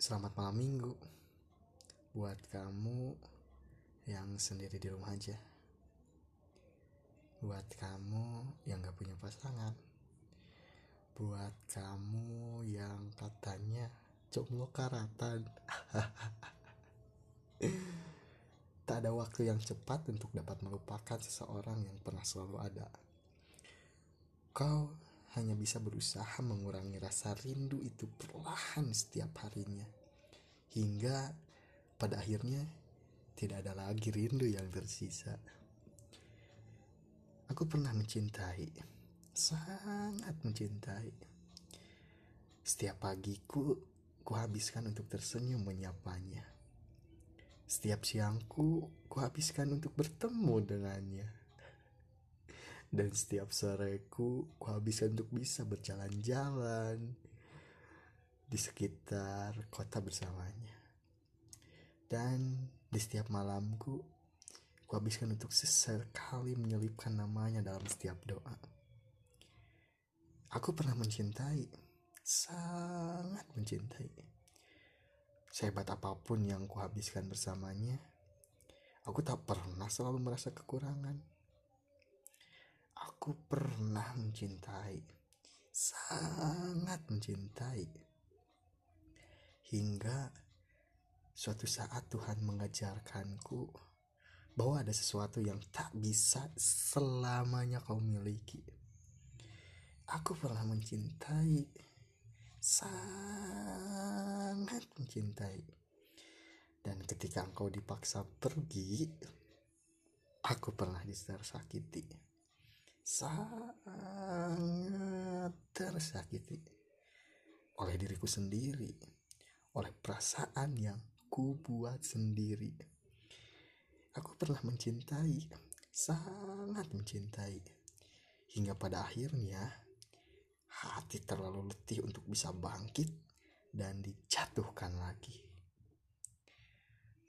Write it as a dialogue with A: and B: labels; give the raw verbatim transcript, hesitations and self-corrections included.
A: Selamat malam minggu buat kamu yang sendiri di rumah aja. Buat kamu yang gak punya pasangan. Buat kamu yang katanya jomblo karatan. Tak ada waktu yang cepat untuk dapat melupakan seseorang yang pernah selalu ada. Kau hanya bisa berusaha mengurangi rasa rindu itu perlahan setiap harinya. Hingga pada akhirnya tidak ada lagi rindu yang tersisa. Aku pernah mencintai, sangat mencintai. Setiap pagiku kuhabiskan untuk tersenyum menyapanya. Setiap siangku kuhabiskan untuk bertemu dengannya. Dan setiap soreku kuhabiskan untuk bisa berjalan-jalan di sekitar kota bersamanya. Dan di setiap malamku kuhabiskan untuk sesekali menyelipkan namanya dalam setiap doa. Aku pernah mencintai, sangat mencintai. Sehebat apapun yang kuhabiskan bersamanya, aku tak pernah selalu merasa kekurangan. Aku pernah mencintai, sangat mencintai. Hingga suatu saat Tuhan mengajarkanku bahwa ada sesuatu yang tak bisa selamanya kau miliki. Aku pernah mencintai, sangat mencintai. Dan ketika engkau dipaksa pergi, aku pernah tersakiti, sangat tersakiti oleh diriku sendiri, oleh perasaan yang ku buat sendiri. Aku pernah mencintai, sangat mencintai. Hingga pada akhirnya hati terlalu letih untuk bisa bangkit dan dijatuhkan lagi.